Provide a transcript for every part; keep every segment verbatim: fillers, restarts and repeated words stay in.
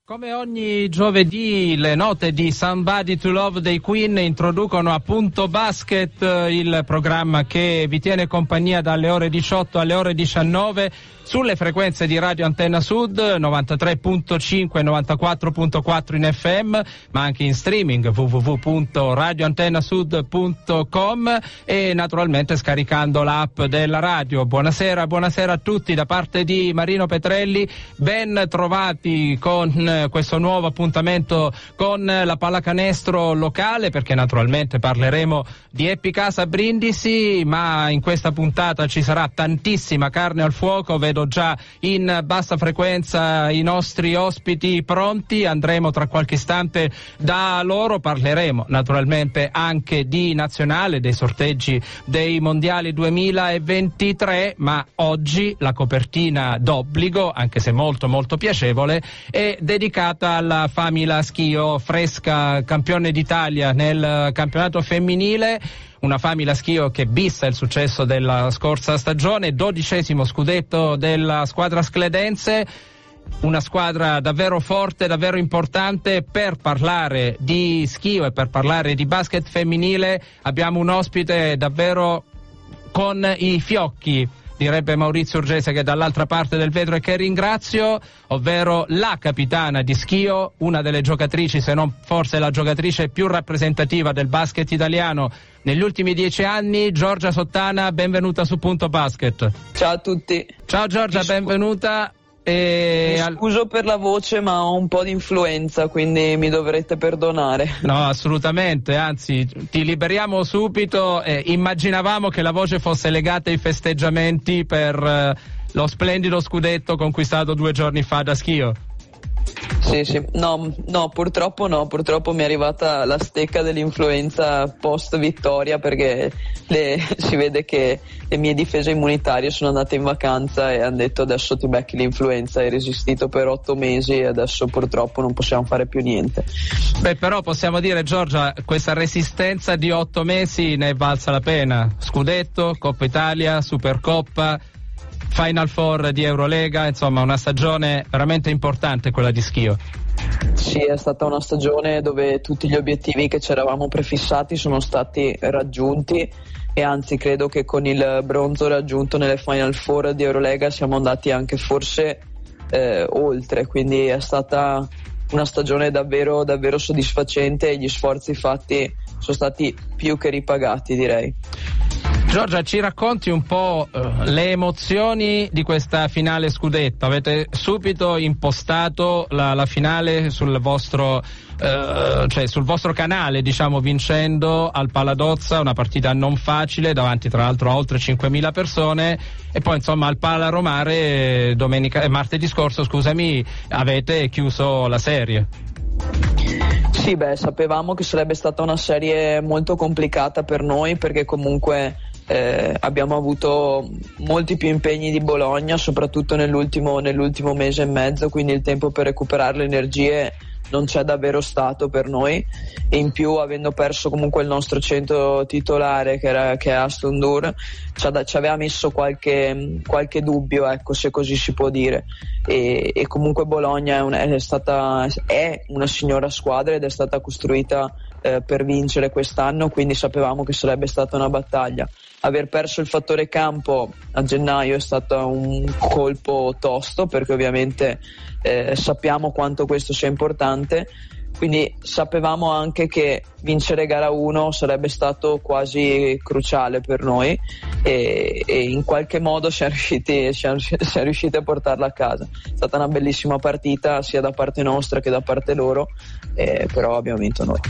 Come ogni giovedì le note di Somebody to Love dei Queen introducono a Punto Basket, il programma che vi tiene compagnia dalle ore diciotto alle ore diciannove sulle frequenze di Radio Antenna Sud novantatré virgola cinque e novantaquattro virgola quattro in F M, ma anche in streaming w w w punto radio antenna sud punto com e naturalmente scaricando l'app della radio. Buonasera, buonasera a tutti da parte di Marino Petrelli, ben trovati con questo nuovo appuntamento con la pallacanestro locale, perché naturalmente parleremo di Epicasa Brindisi, ma in questa puntata ci sarà tantissima carne al fuoco. Vedo già in bassa frequenza i nostri ospiti pronti, andremo tra qualche istante da loro, parleremo naturalmente anche di nazionale, dei sorteggi dei mondiali duemilaventitré, ma oggi la copertina d'obbligo, anche se molto molto piacevole, è dedicata alla Famila Schio, fresca campione d'Italia nel campionato femminile. Una Famila Schio che bissa il successo della scorsa stagione, dodicesimo scudetto della squadra scledense, una squadra davvero forte, davvero importante. Per parlare di Schio e per parlare di basket femminile abbiamo un ospite davvero con i fiocchi, direbbe Maurizio Urgese, che è dall'altra parte del vetro e che ringrazio, ovvero la capitana di Schio, una delle giocatrici, se non forse la giocatrice più rappresentativa del basket italiano negli ultimi dieci anni, Giorgia Sottana. Benvenuta su Punto Basket. Ciao a tutti. Ciao Giorgia, Mi scu- benvenuta. E... Mi scuso per la voce, ma ho un po' di influenza, quindi mi dovrete perdonare. No, assolutamente, anzi ti liberiamo subito. Eh, immaginavamo che la voce fosse legata ai festeggiamenti per eh, lo splendido scudetto conquistato due giorni fa da Schio. Sì, sì, no, no, purtroppo no, purtroppo mi è arrivata la stecca dell'influenza post vittoria, perché le, si vede che le mie difese immunitarie sono andate in vacanza e hanno detto adesso ti becchi l'influenza, hai resistito per otto mesi e adesso purtroppo non possiamo fare più niente. Beh, però possiamo dire, Giorgia, questa resistenza di otto mesi ne è valsa la pena. Scudetto, Coppa Italia, Supercoppa, Final Four di Eurolega, insomma una stagione veramente importante quella di Schio. Sì, è stata una stagione dove tutti gli obiettivi che ci eravamo prefissati sono stati raggiunti, e anzi credo che con il bronzo raggiunto nelle Final Four di Eurolega siamo andati anche forse eh, oltre, quindi è stata una stagione davvero davvero soddisfacente e gli sforzi fatti sono stati più che ripagati, direi. Giorgia, ci racconti un po' uh, le emozioni di questa finale scudetto? Avete subito impostato la, la finale sul vostro, uh, cioè sul vostro canale, diciamo, vincendo al Paladozza, una partita non facile davanti tra l'altro a oltre cinquemila persone, e poi insomma al Pala Romare domenica, eh, martedì scorso, scusami, avete chiuso la serie. Sì, beh, sapevamo che sarebbe stata una serie molto complicata per noi, perché comunque eh, abbiamo avuto molti più impegni di Bologna, soprattutto nell'ultimo, nell'ultimo mese e mezzo, quindi il tempo per recuperare le energie non c'è davvero stato per noi, e in più avendo perso comunque il nostro centro titolare che, era, che è Aston Dur, ci, ha, ci aveva messo qualche, qualche dubbio, ecco, se così si può dire, e, e comunque Bologna è, un, è stata è una signora squadra ed è stata costruita eh, per vincere quest'anno, quindi sapevamo che sarebbe stata una battaglia. Aver perso il fattore campo a gennaio è stato un colpo tosto, perché ovviamente eh, sappiamo quanto questo sia importante, quindi sapevamo anche che vincere gara uno sarebbe stato quasi cruciale per noi, e, e in qualche modo siamo riusciti, siamo, siamo riusciti a portarla a casa. È stata una bellissima partita sia da parte nostra che da parte loro, eh, però abbiamo vinto noi.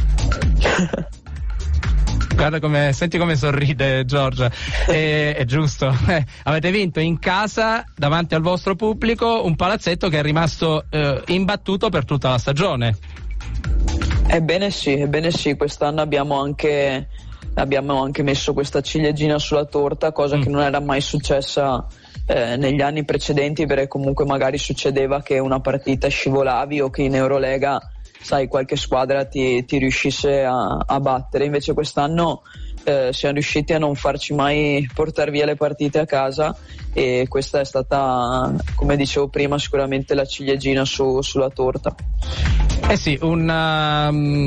Guarda come, senti come sorride Giorgia, è, è giusto, eh, avete vinto in casa davanti al vostro pubblico un palazzetto che è rimasto eh, imbattuto per tutta la stagione. Ebbene sì, ebbene sì, quest'anno abbiamo anche, abbiamo anche messo questa ciliegina sulla torta, cosa mm. che non era mai successa eh, negli anni precedenti, perché comunque magari succedeva che una partita scivolavi o che in Eurolega, sai, qualche squadra ti, ti riuscisse a, a battere. Invece quest'anno eh, siamo riusciti a non farci mai portare via le partite a casa, e questa è stata, come dicevo prima, sicuramente la ciliegina su, sulla torta. Eh sì, una,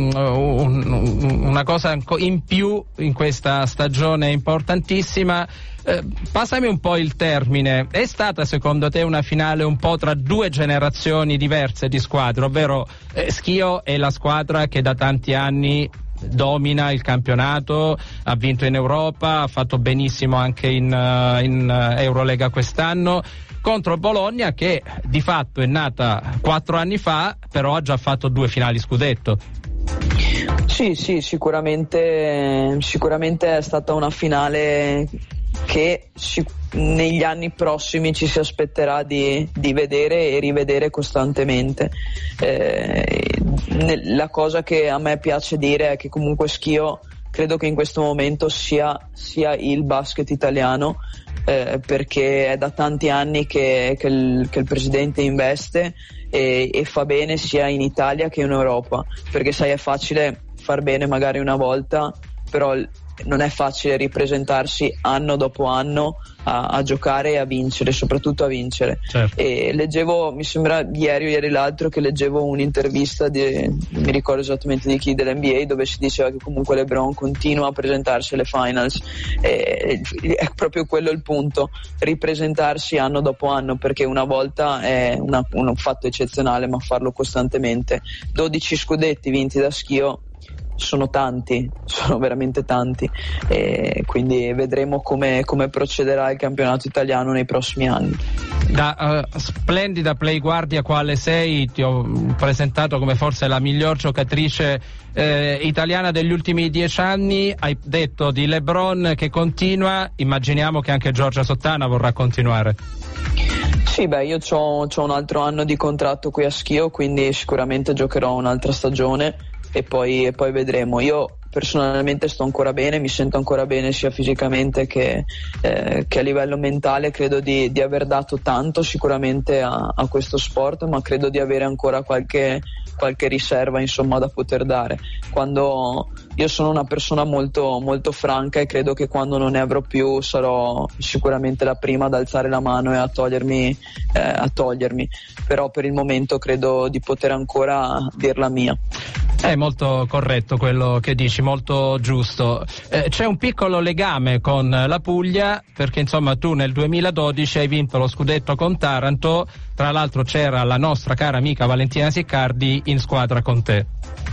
un, una cosa in più in questa stagione importantissima. Eh, passami un po' il termine. È stata secondo te una finale un po' tra due generazioni diverse di squadre, ovvero eh, Schio è la squadra che da tanti anni domina il campionato, ha vinto in Europa, ha fatto benissimo anche in, uh, in uh, Eurolega quest'anno, contro Bologna che di fatto è nata quattro anni fa, però ha già fatto due finali scudetto. Sì, sì, sicuramente, sicuramente è stata una finale che si, negli anni prossimi ci si aspetterà di, di vedere e rivedere costantemente. Eh, la cosa che a me piace dire è che comunque Schio credo che in questo momento sia, sia il basket italiano, eh, perché è da tanti anni che, che, il, che il presidente investe e, e fa bene sia in Italia che in Europa, perché sai, è facile far bene magari una volta, però non è facile ripresentarsi anno dopo anno a, a giocare e a vincere, soprattutto a vincere. Certo. E leggevo, mi sembra ieri o ieri l'altro, che leggevo un'intervista di, non mi ricordo esattamente di chi, dell'N B A, dove si diceva che comunque LeBron continua a presentarsi alle finals, e è proprio quello il punto, ripresentarsi anno dopo anno, perché una volta è una, un fatto eccezionale, ma farlo costantemente. dodici scudetti vinti da Schio sono tanti, sono veramente tanti, e quindi vedremo come, come procederà il campionato italiano nei prossimi anni. Da uh, splendida play guardia quale sei, ti ho presentato come forse la miglior giocatrice eh, italiana degli ultimi dieci anni, hai detto di LeBron che continua, immaginiamo che anche Giorgia Sottana vorrà continuare. Sì, beh, io c'ho, c'ho un altro anno di contratto qui a Schio, quindi sicuramente giocherò un'altra stagione e poi, e poi vedremo. Io personalmente sto ancora bene, mi sento ancora bene sia fisicamente che, eh, che a livello mentale. Credo di, di aver dato tanto sicuramente a, a questo sport, ma credo di avere ancora qualche, qualche riserva, insomma, da poter dare. Quando io sono una persona molto, molto franca, e credo che quando non ne avrò più sarò sicuramente la prima ad alzare la mano e a togliermi, eh, a togliermi. Però per il momento credo di poter ancora dir la mia. È molto corretto quello che dici, molto giusto. Eh, c'è un piccolo legame con la Puglia, perché insomma tu nel duemiladodici hai vinto lo scudetto con Taranto, tra l'altro c'era la nostra cara amica Valentina Siccardi in squadra con te.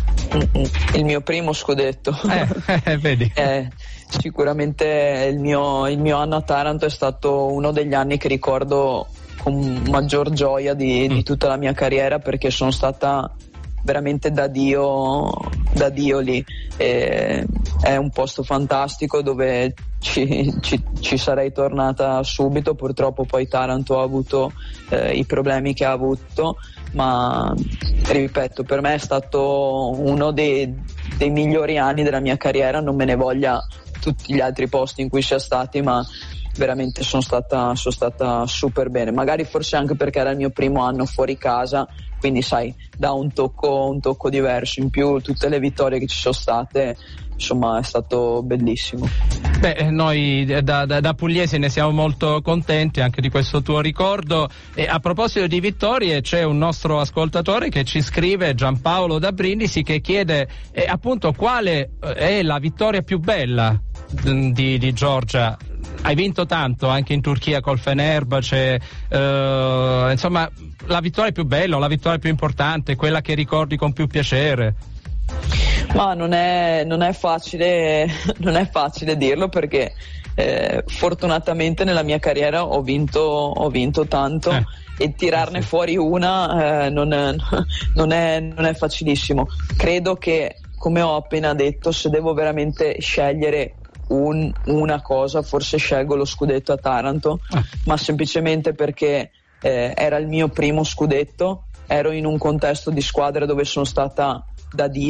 Il mio primo scudetto. Eh, eh, vedi. Eh, sicuramente il mio, il mio anno a Taranto è stato uno degli anni che ricordo con maggior gioia di, mm. di tutta la mia carriera, perché sono stata veramente da Dio, da Dio lì. E è un posto fantastico dove ci, ci, ci sarei tornata subito. Purtroppo poi Taranto ha avuto eh, i problemi che ha avuto, ma ripeto, per me è stato uno dei, dei migliori anni della mia carriera. Non me ne voglia tutti gli altri posti in cui sia stati, ma veramente sono stata, sono stata super bene, magari forse anche perché era il mio primo anno fuori casa, quindi sai, dà un tocco, un tocco diverso. In più tutte le vittorie che ci sono state, insomma, è stato bellissimo. Beh, noi da, da, da pugliesi ne siamo molto contenti anche di questo tuo ricordo. E a proposito di vittorie, c'è un nostro ascoltatore che ci scrive, Giampaolo da Brindisi, che chiede eh, appunto quale è la vittoria più bella di, di Giorgia. Hai vinto tanto anche in Turchia col Fenerbahce, eh, insomma, la vittoria più bella o la vittoria più importante, quella che ricordi con più piacere? Ma non è, non è facile, non è facile dirlo, perché eh, fortunatamente nella mia carriera ho vinto, ho vinto tanto, eh, e tirarne sì. fuori una eh, non, è, non, è, non è facilissimo. Credo che, come ho appena detto, se devo veramente scegliere Un, una cosa, forse scelgo lo scudetto a Taranto, ah. ma semplicemente perché eh, era il mio primo scudetto, ero in un contesto di squadra dove sono stata da Dio,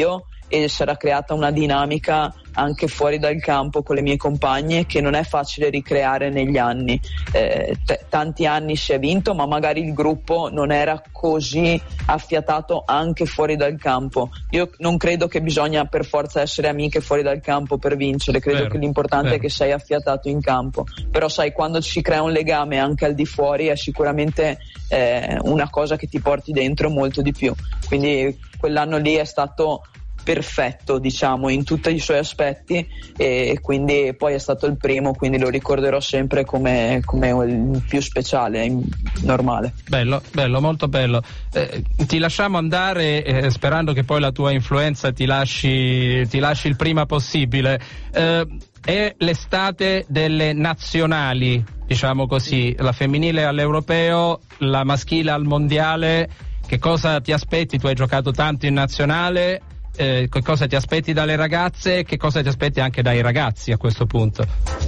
e si era creata una dinamica anche fuori dal campo con le mie compagne che non è facile ricreare negli anni. Eh, t- tanti anni si è vinto, ma magari il gruppo non era così affiatato anche fuori dal campo. Io non credo che bisogna per forza essere amiche fuori dal campo per vincere, credo vero, che l'importante vero. è che sei affiatato in campo, però sai, quando si crea un legame anche al di fuori è sicuramente eh, una cosa che ti porti dentro molto di più, quindi quell'anno lì è stato perfetto, diciamo, in tutti i suoi aspetti, e quindi poi è stato il primo, quindi lo ricorderò sempre come, come il più speciale, normale. Bello, bello, molto bello. Eh, ti lasciamo andare eh, sperando che poi la tua influenza ti lasci, ti lasci il prima possibile. Eh, è l'estate delle nazionali, diciamo così, la femminile all'europeo, la maschile al mondiale. Che cosa ti aspetti? Tu hai giocato tanto in nazionale. Eh, che cosa ti aspetti dalle ragazze e che cosa ti aspetti anche dai ragazzi a questo punto?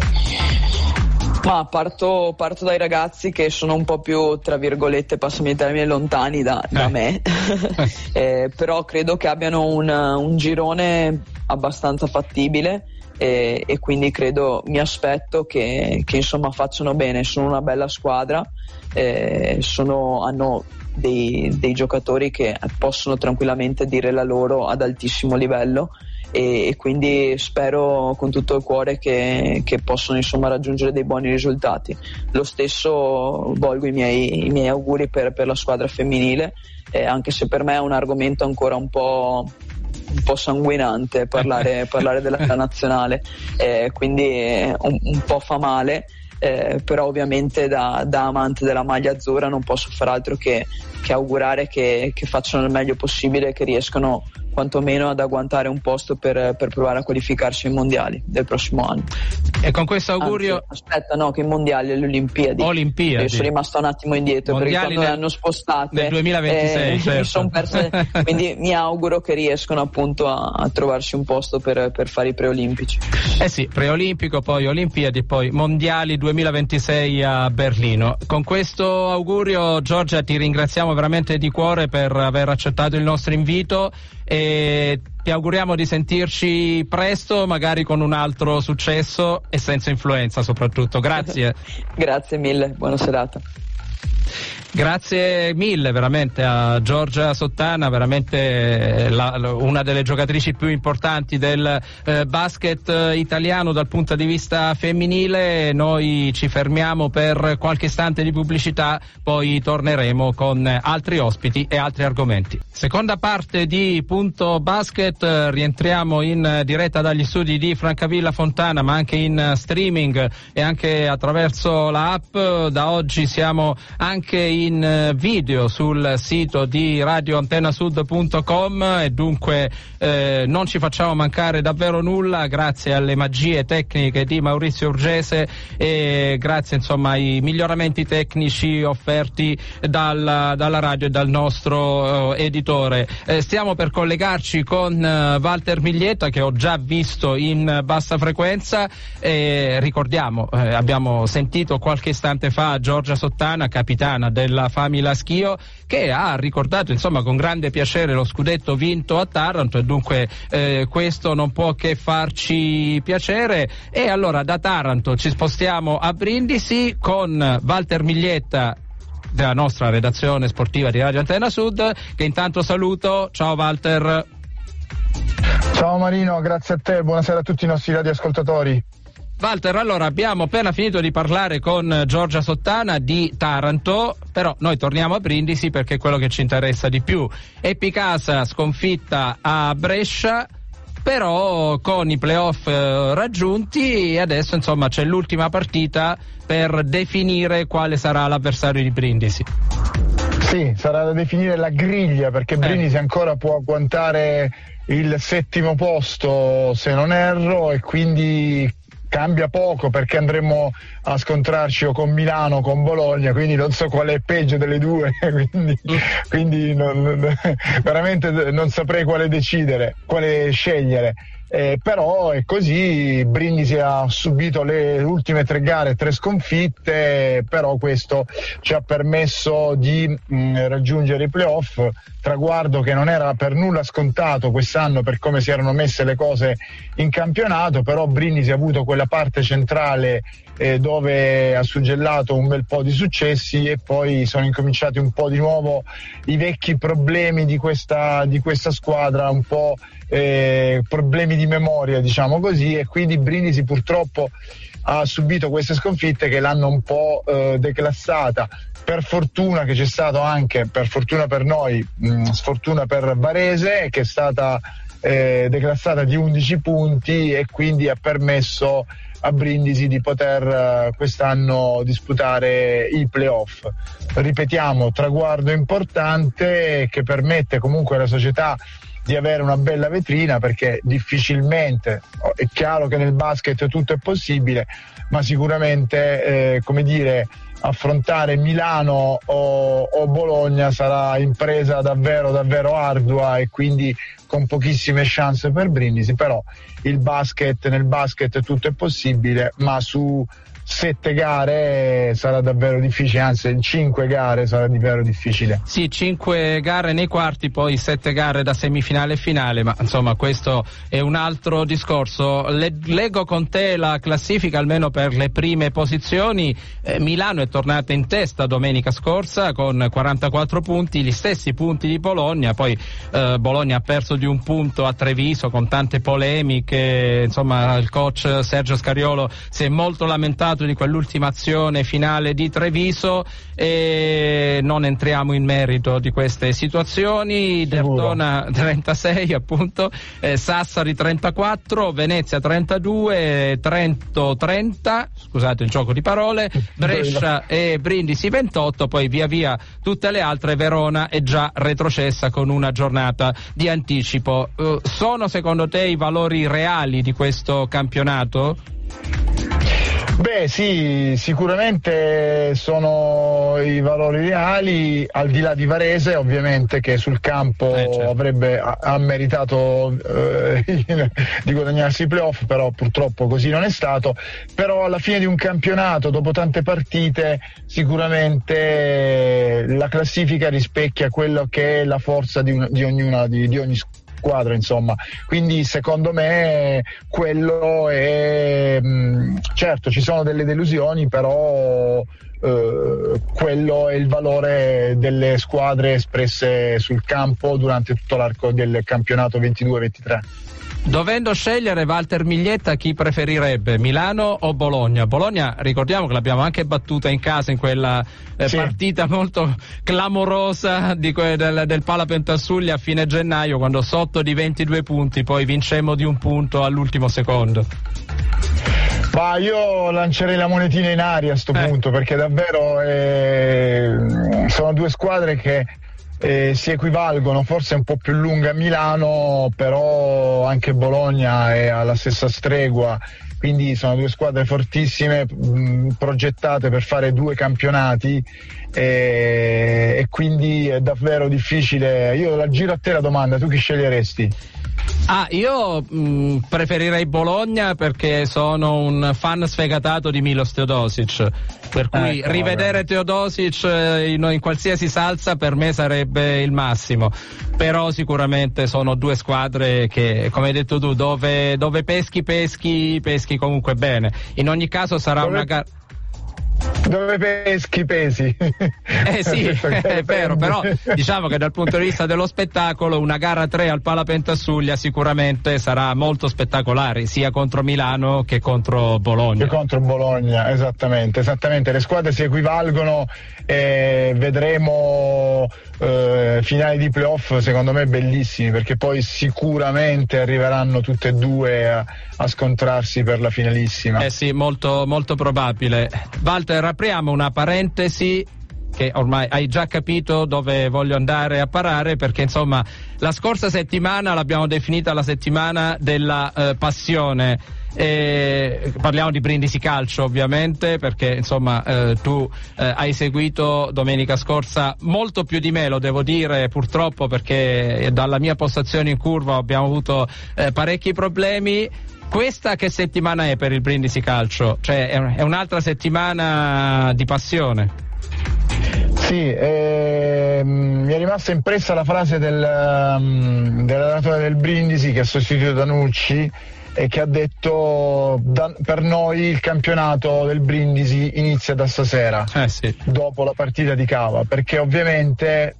Ma parto, parto dai ragazzi che sono un po' più, tra virgolette, passami il termine, lontani da, da eh. me, eh, però credo che abbiano un, un girone abbastanza fattibile, e, e quindi credo, mi aspetto che, che insomma facciano bene. Sono una bella squadra, eh, sono, hanno dei, dei giocatori che possono tranquillamente dire la loro ad altissimo livello, e, e quindi spero con tutto il cuore che, che possano insomma raggiungere dei buoni risultati. Lo stesso volgo i miei, i miei auguri per, per la squadra femminile, eh, anche se per me è un argomento ancora un po' un po' sanguinante parlare, parlare della nazionale, eh, quindi un, un po' fa male. Eh, però ovviamente da, da amante della maglia azzurra non posso far altro che, che augurare che, che facciano il meglio possibile e che riescano quantomeno ad agguantare un posto per, per provare a qualificarsi ai mondiali del prossimo anno. E con questo augurio... Anzi, aspetta, no, che i mondiali, alle Olimpiadi. Olimpiadi. Io sono rimasta un attimo indietro, mondiali perché quando nel, le hanno spostate nel duemilaventisei, eh, certo. mi sono perse, quindi mi auguro che riescano appunto a, a trovarsi un posto per, per fare i preolimpici. Eh sì, preolimpico, poi Olimpiadi, poi mondiali duemilaventisei a Berlino. Con questo augurio, Giorgia, ti ringraziamo veramente di cuore per aver accettato il nostro invito e ti auguriamo di sentirci presto, magari con un altro successo e senza influenza soprattutto. Grazie. Grazie mille, buona serata. Grazie mille veramente a Giorgia Sottana, veramente la, una delle giocatrici più importanti del eh, basket italiano dal punto di vista femminile. Noi ci fermiamo per qualche istante di pubblicità, poi torneremo con altri ospiti e altri argomenti. Seconda parte di Punto Basket, rientriamo in diretta dagli studi di Francavilla Fontana, ma anche in streaming e anche attraverso la app. Da oggi siamo anche in video sul sito di radio antenna sud punto com e dunque eh, non ci facciamo mancare davvero nulla, grazie alle magie tecniche di Maurizio Urgese e grazie insomma ai miglioramenti tecnici offerti dalla, dalla radio e dal nostro eh, editore. Eh, stiamo per collegarci con eh, Walter Miglietta, che ho già visto in bassa frequenza, e ricordiamo, eh, abbiamo sentito qualche istante fa Giorgia Sottana, capitana della Famila Schio, che ha ricordato insomma con grande piacere lo scudetto vinto a Taranto, e dunque eh, questo non può che farci piacere. E allora da Taranto ci spostiamo a Brindisi con Walter Miglietta della nostra redazione sportiva di Radio Antenna Sud, che intanto saluto. Ciao Walter. Ciao Marino, grazie a te, buonasera a tutti i nostri radioascoltatori. Walter, allora abbiamo appena finito di parlare con Giorgia Sottana di Taranto, però noi torniamo a Brindisi perché è quello che ci interessa di più. Epicasa sconfitta a Brescia, però con i playoff eh, raggiunti, e adesso insomma c'è l'ultima partita per definire quale sarà l'avversario di Brindisi. Sì, sarà da definire la griglia, perché Brindisi eh. ancora può agguantare il settimo posto se non erro, e quindi cambia poco, perché andremo a scontrarci o con Milano o con Bologna, quindi non so quale è peggio delle due, quindi, quindi non, non, veramente non saprei quale decidere, quale scegliere. Eh, però è così, Brindisi ha subito le ultime tre gare, tre sconfitte, però questo ci ha permesso di mh, raggiungere i playoff, traguardo che non era per nulla scontato quest'anno per come si erano messe le cose in campionato, però Brindisi ha avuto quella parte centrale eh, dove ha suggellato un bel po' di successi e poi sono incominciati un po' di nuovo i vecchi problemi di questa, di questa squadra, un po' eh, problemi di memoria, diciamo così, e quindi Brindisi purtroppo ha subito queste sconfitte che l'hanno un po' eh, declassata. Per fortuna che c'è stato anche, per fortuna per noi, mh, sfortuna per Varese, che è stata eh, declassata di undici punti e quindi ha permesso a Brindisi di poter uh, quest'anno disputare i playoff. Ripetiamo, traguardo importante che permette comunque alla società di avere una bella vetrina, perché difficilmente, è chiaro che nel basket tutto è possibile, ma sicuramente eh, come dire, affrontare Milano o, o Bologna sarà impresa davvero davvero ardua e quindi con pochissime chance per Brindisi, però il basket, nel basket tutto è possibile, ma su sette gare sarà davvero difficile, anzi in cinque gare sarà davvero difficile. Sì, cinque gare nei quarti, poi sette gare da semifinale e finale, ma insomma questo è un altro discorso. Le, leggo con te la classifica almeno per le prime posizioni. eh, Milano è tornata in testa domenica scorsa con quarantaquattro punti, gli stessi punti di Bologna, poi eh, Bologna ha perso di un punto a Treviso con tante polemiche, insomma il coach Sergio Scariolo si è molto lamentato di quell'ultima azione finale di Treviso e non entriamo in merito di queste situazioni. Dertona trentasei appunto, eh, Sassari trentaquattro, Venezia trentadue, Trento trenta, scusate il gioco di parole, Brescia e Brindisi ventotto, poi via via tutte le altre. Verona è già retrocessa con una giornata di anticipo. Uh, sono secondo te i valori reali di questo campionato? Beh sì, sicuramente sono i valori reali, al di là di Varese ovviamente, che sul campo eh, certo. avrebbe ha, ha meritato eh, di guadagnarsi i playoff, però purtroppo così non è stato. Però alla fine di un campionato, dopo tante partite, sicuramente la classifica rispecchia quello che è la forza di, un, di ognuna di, di ogni squadra. Squadra, insomma, quindi secondo me quello è mh, certo ci sono delle delusioni, però eh, quello è il valore delle squadre espresse sul campo durante tutto l'arco del campionato ventidue ventitré. Dovendo scegliere, Walter Miglietta, chi preferirebbe, Milano o Bologna? Bologna, ricordiamo che l'abbiamo anche battuta in casa in quella eh, sì. partita molto clamorosa di que- del, del Pala Pentasuglia a fine gennaio, quando sotto di ventidue punti poi vincemmo di un punto all'ultimo secondo. Ma io lancerei la monetina in aria a sto eh. punto, perché davvero eh, sono due squadre che Eh, si equivalgono, forse è un po' più lunga Milano, però anche Bologna è alla stessa stregua, quindi sono due squadre fortissime, mh, progettate per fare due campionati e, e quindi è davvero difficile. Io la giro a te la domanda, tu chi sceglieresti? Ah, io mh, preferirei Bologna perché sono un fan sfegatato di Milos Teodosic, per cui ecco, rivedere vabbè. Teodosic in, in qualsiasi salsa per me sarebbe il massimo, però sicuramente sono due squadre che, come hai detto tu, dove, dove peschi peschi peschi comunque bene. In ogni caso sarà dove... una gara. Dove peschi pesi. Eh sì, è vero, però diciamo che dal punto di vista dello spettacolo una gara tre al Pala Pentasuglia sicuramente sarà molto spettacolare, sia contro Milano che contro Bologna. Che contro Bologna, esattamente, esattamente. Le squadre si equivalgono e vedremo eh, finali di playoff secondo me bellissimi, perché poi sicuramente arriveranno tutte e due a, a scontrarsi per la finalissima. Eh sì, molto, molto probabile. Walter, apriamo una parentesi che ormai hai già capito dove voglio andare a parare, perché insomma la scorsa settimana l'abbiamo definita la settimana della eh, passione Eh, parliamo di Brindisi Calcio ovviamente, perché insomma eh, tu eh, hai seguito domenica scorsa molto più di me, lo devo dire purtroppo, perché dalla mia postazione in curva abbiamo avuto eh, parecchi problemi. Questa che settimana è per il Brindisi Calcio? Cioè è, è un'altra settimana di passione. Sì, eh, mi è rimasta impressa la frase del, um, dell'allenatore del Brindisi che ha sostituito Danucci e che ha detto: da, per noi il campionato del Brindisi inizia da stasera, eh sì. dopo la partita di Cava, perché ovviamente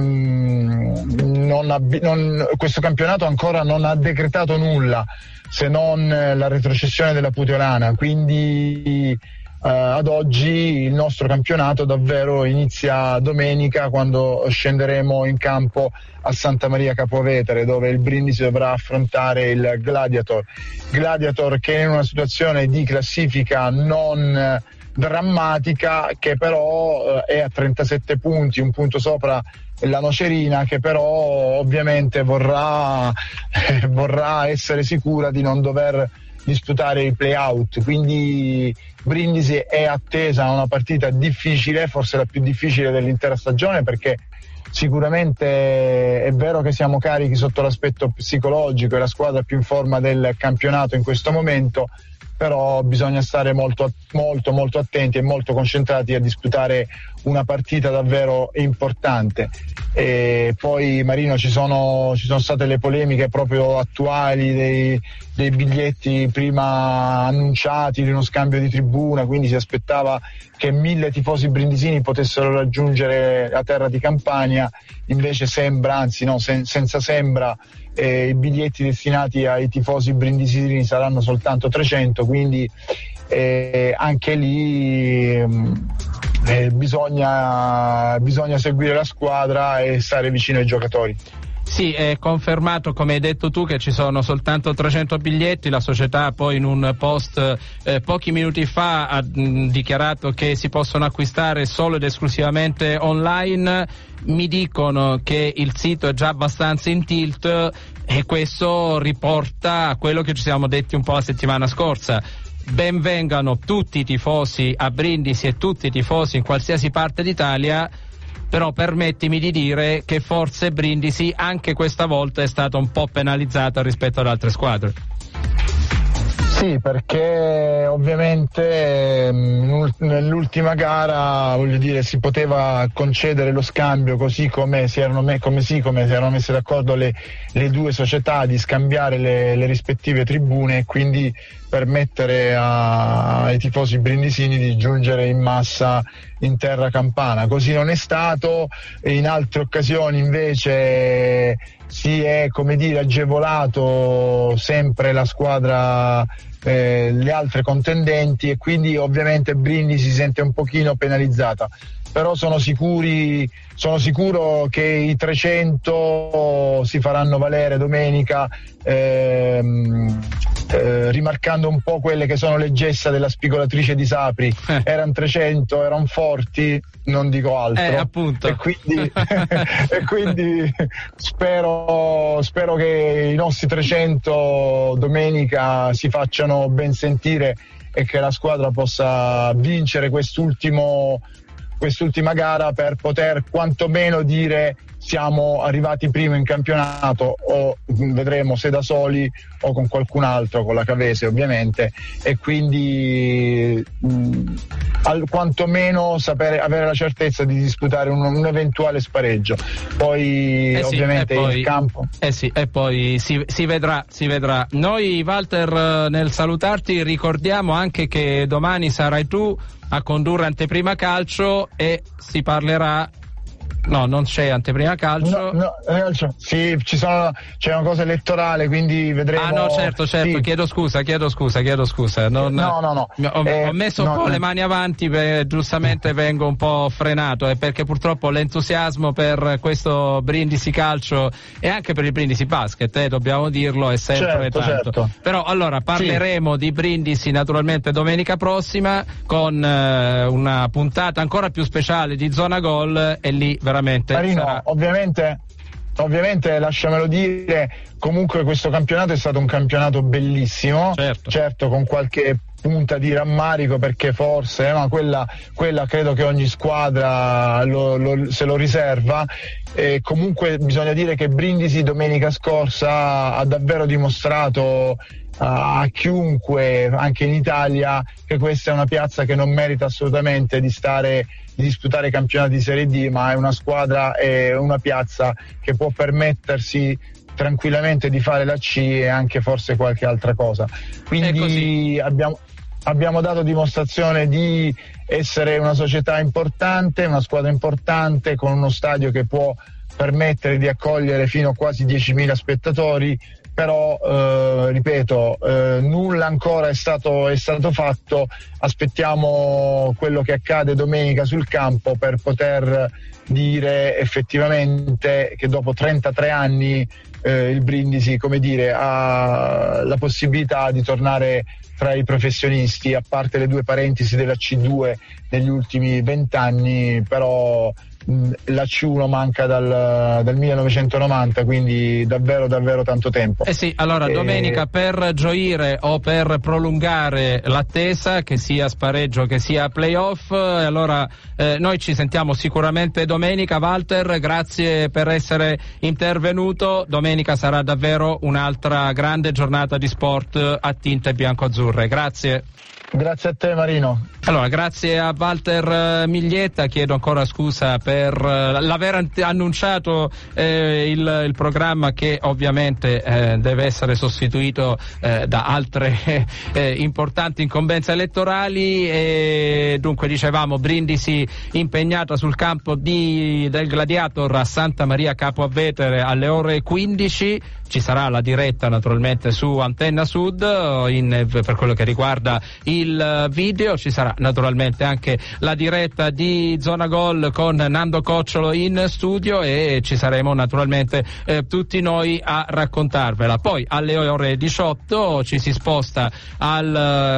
um, non ha, non, questo campionato ancora non ha decretato nulla se non la retrocessione della Puteolana, quindi Uh, ad oggi il nostro campionato davvero inizia domenica, quando scenderemo in campo a Santa Maria Capovetere, dove il Brindisi dovrà affrontare il Gladiator Gladiator che è in una situazione di classifica non drammatica, che però uh, è a trentasette punti, un punto sopra la Nocerina, che però ovviamente vorrà, eh, vorrà essere sicura di non dover disputare il play-out, quindi Brindisi è attesa a una partita difficile, forse la più difficile dell'intera stagione, perché sicuramente è vero che siamo carichi sotto l'aspetto psicologico, è la squadra più in forma del campionato in questo momento, però bisogna stare molto molto molto attenti e molto concentrati a disputare una partita davvero importante. E poi Marino, ci sono, ci sono state le polemiche proprio attuali dei, dei biglietti prima annunciati di uno scambio di tribuna, quindi si aspettava che mille tifosi brindisini potessero raggiungere la terra di Campania, invece sembra, anzi no, sen- senza sembra, eh, i biglietti destinati ai tifosi brindisini saranno soltanto trecento, quindi eh, anche lì eh, bisogna, bisogna seguire la squadra e stare vicino ai giocatori. Sì, è confermato, come hai detto tu, che ci sono soltanto trecento biglietti. La società poi in un post eh, pochi minuti fa ha mh, dichiarato che si possono acquistare solo ed esclusivamente online. Mi dicono che il sito è già abbastanza in tilt e questo riporta a quello che ci siamo detti un po' la settimana scorsa. Benvengano tutti i tifosi a Brindisi e tutti i tifosi in qualsiasi parte d'Italia, però permettimi di dire che forse Brindisi anche questa volta è stata un po' penalizzata rispetto ad altre squadre. Sì, perché ovviamente nell'ultima gara, voglio dire, si poteva concedere lo scambio così come si erano, me- come sì, come si erano messe d'accordo le, le due società di scambiare le, le rispettive tribune e quindi permettere a, ai tifosi brindisini di giungere in massa in terra campana. Così non è stato, e in altre occasioni invece si è, come dire, agevolato sempre la squadra, eh, le altre contendenti, e quindi ovviamente Brindisi si sente un pochino penalizzata. Però sono sicuri, sono sicuro che i trecento si faranno valere domenica, ehm, eh, rimarcando un po' quelle che sono le gesta della spigolatrice di Sapri. Eh. Erano trecento, erano forti, non dico altro. Eh, appunto. E quindi, e quindi spero, spero che i nostri trecento domenica si facciano ben sentire e che la squadra possa vincere quest'ultimo quest'ultima gara per poter quantomeno dire siamo arrivati primo in campionato, o vedremo se da soli o con qualcun altro, con la Cavese ovviamente, e quindi mh, al, quantomeno sapere, avere la certezza di disputare un, un eventuale spareggio. Poi eh sì, ovviamente poi, il campo eh sì, e poi si, si vedrà, si vedrà. Noi, Walter, nel salutarti ricordiamo anche che domani sarai tu a condurre Anteprima Calcio e si parlerà. No, non c'è Anteprima Calcio. No, no, sì, ci sono, c'è una cosa elettorale, quindi vedremo. Ah no, certo, certo, sì. chiedo scusa, chiedo scusa, chiedo scusa. Non, no, no, no. Ho, eh, ho messo un no, po' no. le mani avanti, per, giustamente vengo un po' frenato, eh, perché purtroppo l'entusiasmo per questo Brindisi Calcio e anche per il Brindisi Basket, eh, dobbiamo dirlo, è sempre certo, tanto. Certo. Però allora parleremo sì. di Brindisi naturalmente domenica prossima con eh, una puntata ancora più speciale di Zona Gol, e lì veramente Marino, sarà... ovviamente ovviamente lasciamelo dire, comunque questo campionato è stato un campionato bellissimo, certo, certo con qualche punta di rammarico, perché forse, ma quella, quella credo che ogni squadra lo, lo, se lo riserva. E comunque bisogna dire che Brindisi domenica scorsa ha davvero dimostrato a, a chiunque, anche in Italia, che questa è una piazza che non merita assolutamente di stare di disputare i campionati di Serie D, ma è una squadra, è una piazza che può permettersi tranquillamente di fare la C e anche forse qualche altra cosa. Quindi abbiamo, abbiamo dato dimostrazione di essere una società importante, una squadra importante, con uno stadio che può permettere di accogliere fino a quasi diecimila spettatori, però eh, ripeto, eh, nulla ancora è stato, è stato fatto. Aspettiamo quello che accade domenica sul campo per poter dire effettivamente che dopo trentatré anni eh, il Brindisi, come dire, ha la possibilità di tornare tra i professionisti, a parte le due parentesi della C due negli ultimi vent'anni, però la C uno manca dal, dal millenovecentonovanta, quindi davvero davvero tanto tempo. Eh sì, allora e... domenica, per gioire o per prolungare l'attesa, che sia spareggio che sia playoff, allora eh, noi ci sentiamo sicuramente domenica. Walter, grazie per essere intervenuto. Domenica sarà davvero un'altra grande giornata di sport a tinte bianco-azzurre. Grazie. Grazie a te Marino. Allora, grazie a Walter Miglietta, chiedo ancora scusa per uh, l'aver annunciato eh, il, il programma, che ovviamente eh, deve essere sostituito eh, da altre eh, importanti incombenze elettorali. E dunque dicevamo, Brindisi impegnata sul campo di, del Gladiator a Santa Maria Capua Vetere alle ore quindici. Ci sarà la diretta naturalmente su Antenna Sud in, per quello che riguarda il video. Ci sarà naturalmente anche la diretta di Zona Gol con Nando Cocciolo in studio, e ci saremo naturalmente eh, tutti noi a raccontarvela. Poi alle ore diciotto ci si sposta al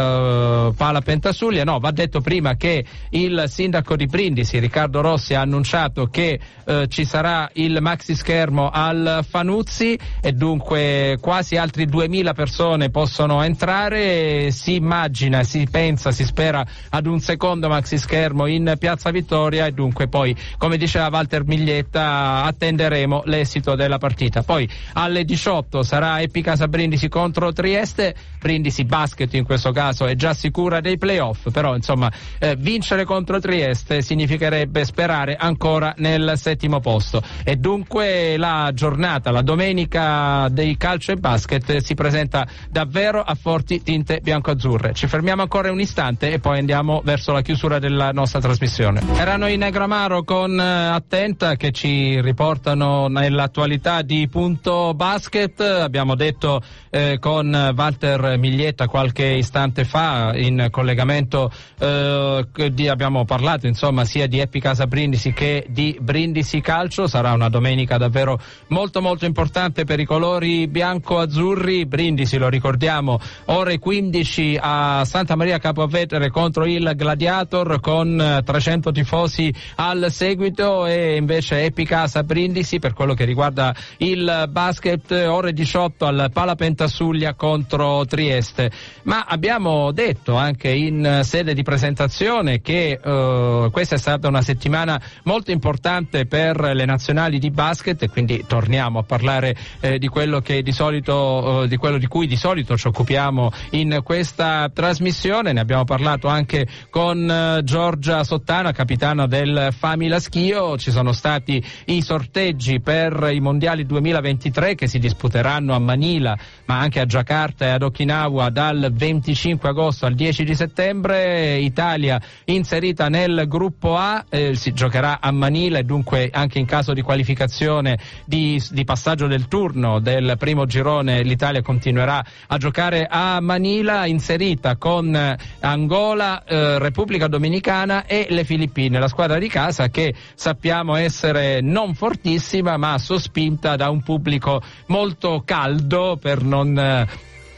uh, Pala Pentasuglia. No, va detto prima che il sindaco di Brindisi, Riccardo Rossi, ha annunciato che uh, ci sarà il maxi schermo al Fanuzzi, e dunque quasi altri duemila persone possono entrare. Si immagina, si pensa, si spera ad un secondo maxi schermo in Piazza Vittoria, e dunque poi, come diceva Walter Miglietta, attenderemo l'esito della partita. Poi alle diciotto sarà Epicasa Brindisi contro Trieste. Brindisi Basket in questo caso è già sicura dei playoff, però insomma eh, vincere contro Trieste significherebbe sperare ancora nel settimo posto, e dunque la giornata, la domenica dei calcio e basket, si presenta davvero a forti tinte bianco-azzurre. Ci fermiamo ancora un istante e poi andiamo verso la chiusura della nostra trasmissione. Erano i Negramaro con eh, Attenta, che ci riportano nell'attualità di Punto Basket. Abbiamo detto eh, con Walter Miglietta qualche istante fa, in collegamento eh, di, abbiamo parlato insomma sia di Epicasa Brindisi che di Brindisi Calcio. Sarà una domenica davvero molto molto importante per i colori bianco-azzurri. Brindisi, lo ricordiamo, ore quindici a Santa Maria Capua Vetere contro il Gladiator, con trecento tifosi al seguito, e invece Epicasa Brindisi per quello che riguarda il basket ore diciotto al Pala Pentasuglia contro Trieste. Ma abbiamo detto anche in sede di presentazione che uh, questa è stata una settimana molto importante per le nazionali di basket, e quindi torniamo a parlare eh, di quello che di solito eh, di quello di cui di solito ci occupiamo in questa trasmissione. Ne abbiamo parlato anche con eh, Giorgia Sottana, capitana del Famila Schio. Ci sono stati i sorteggi per i mondiali duemilaventitré che si disputeranno a Manila, ma anche a Giacarta e ad Okinawa dal venticinque agosto al dieci di settembre. Italia inserita nel gruppo A, eh, si giocherà a Manila, e dunque anche in caso di qualificazione di, di passaggio del turno del primo girone l'Italia continuerà a giocare a Manila, inserita con Angola, eh, Repubblica Dominicana e le Filippine. La squadra di casa, che sappiamo essere non fortissima ma sospinta da un pubblico molto caldo, per non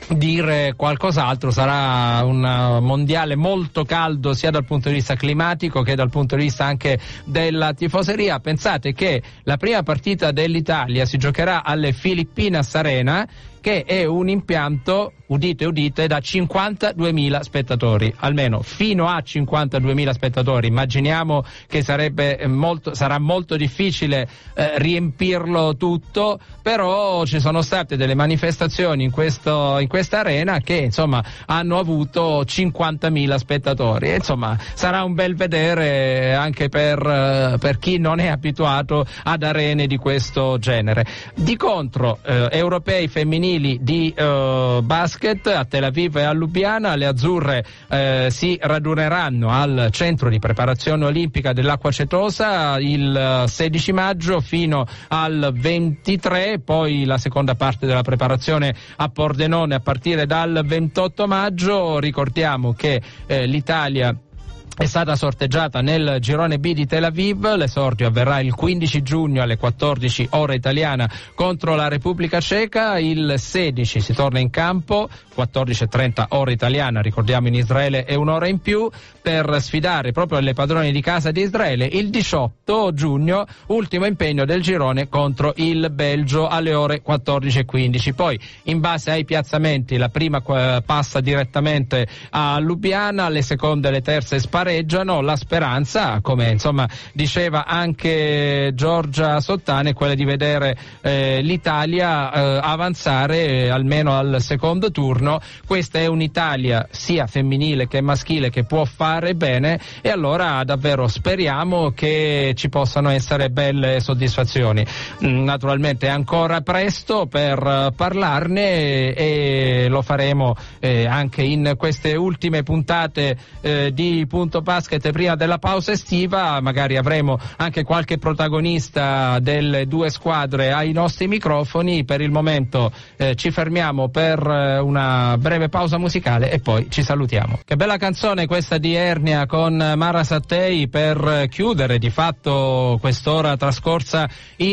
dire qualcos'altro. Sarà un mondiale molto caldo sia dal punto di vista climatico che dal punto di vista anche della tifoseria. Pensate che la prima partita dell'Italia si giocherà alle Filipinas Arena, che è un impianto, udite udite, da cinquantaduemila spettatori, almeno fino a cinquantaduemila spettatori. Immaginiamo che sarebbe molto, sarà molto difficile eh, riempirlo tutto, però ci sono state delle manifestazioni in questo in questa arena che insomma hanno avuto cinquantamila spettatori, e, insomma sarà un bel vedere anche per, per chi non è abituato ad arene di questo genere. Di contro eh, europei femminili di uh, basket a Tel Aviv e a Lubiana, le azzurre eh, si raduneranno al centro di preparazione olimpica dell'Acqua Cetosa il sedici maggio fino al ventitré, poi la seconda parte della preparazione a Pordenone a partire dal ventotto maggio. Ricordiamo che eh, l'Italia è stata sorteggiata nel girone B di Tel Aviv. L'esordio avverrà il quindici giugno alle quattordici ora italiana contro la Repubblica Ceca. Il sedici si torna in campo, quattordici e trenta ora italiana, ricordiamo in Israele è un'ora in più, per sfidare proprio le padrone di casa di Israele. Il diciotto giugno, ultimo impegno del girone contro il Belgio alle ore quattordici e quindici. Poi in base ai piazzamenti la prima eh, passa direttamente a Lubiana, le seconde e le terze spareggiano. La speranza, come insomma diceva anche Giorgia Sottane, è quella di vedere eh, l'Italia eh, avanzare eh, almeno al secondo turno. Questa è un'Italia sia femminile che maschile che può fare bene, e allora davvero speriamo che ci possano essere belle soddisfazioni. Mm, naturalmente è ancora presto per uh, parlarne, e lo faremo eh, anche in queste ultime puntate eh, di Punto Basket prima della pausa estiva. Magari avremo anche qualche protagonista delle due squadre ai nostri microfoni. Per il momento eh, ci fermiamo per eh, una breve pausa musicale e poi ci salutiamo. Che bella canzone questa di Ernia con Mara Sattei per chiudere di fatto quest'ora trascorsa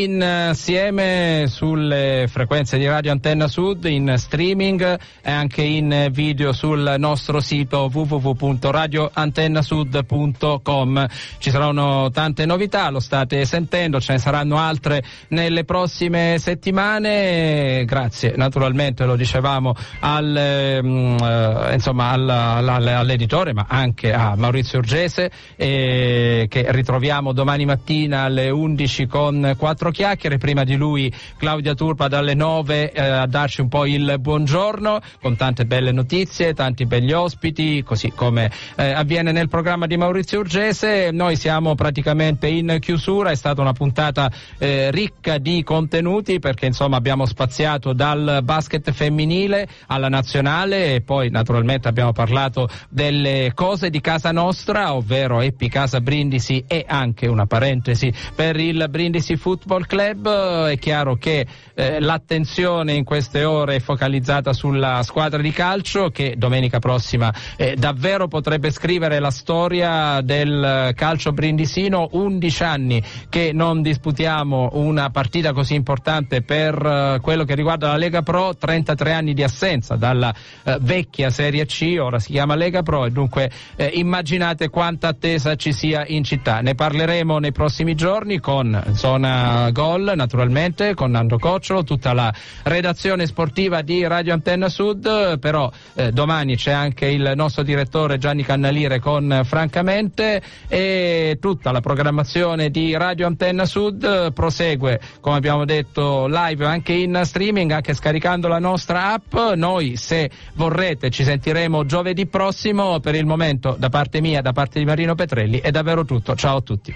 insieme sulle frequenze di Radio Antenna Sud, in streaming e anche in video sul nostro sito w w w punto radio antenna sud punto com. Ci saranno tante novità, lo state sentendo, ce ne saranno altre nelle prossime settimane. Grazie naturalmente, lo dicevamo, al, eh, insomma alla, alla, all'editore, ma anche a Maurizio Urgese, eh, che ritroviamo domani mattina alle undici con quattro chiacchiere. Prima di lui Claudia Turpa dalle nove eh, a darci un po' il buongiorno con tante belle notizie, tanti belli ospiti, così come eh, avviene nel programma di Maurizio Urgese. Noi siamo praticamente in chiusura, è stata una puntata eh, ricca di contenuti, perché insomma abbiamo spaziato dal basket femminile alla nazionale, e poi naturalmente abbiamo parlato delle cose di casa nostra, ovvero Eppi Casa Brindisi e anche una parentesi per il Brindisi Football Club. È chiaro che eh, l'attenzione in queste ore è focalizzata sulla squadra di calcio, che domenica prossima eh, davvero potrebbe scrivere la storia del calcio brindisino. undici anni che non disputiamo una partita così importante per uh, quello che riguarda la Lega Pro, trentatré anni di assenza dalla uh, vecchia Serie C, ora si chiama Lega Pro, e dunque eh, immaginate quanta attesa ci sia in città. Ne parleremo nei prossimi giorni con Zona Gol, naturalmente, con Nando Cocciolo, tutta la redazione sportiva di Radio Antenna Sud, però eh, domani c'è anche il nostro direttore Gianni Cannalire con Francamente, e tutta la programmazione di Radio Antenna Sud prosegue, come abbiamo detto, live anche in streaming, anche scaricando la nostra app. Noi, se vorrete, ci sentiremo giovedì prossimo. Per il momento, da parte mia, da parte di Marino Petrelli, è davvero tutto. Ciao a tutti.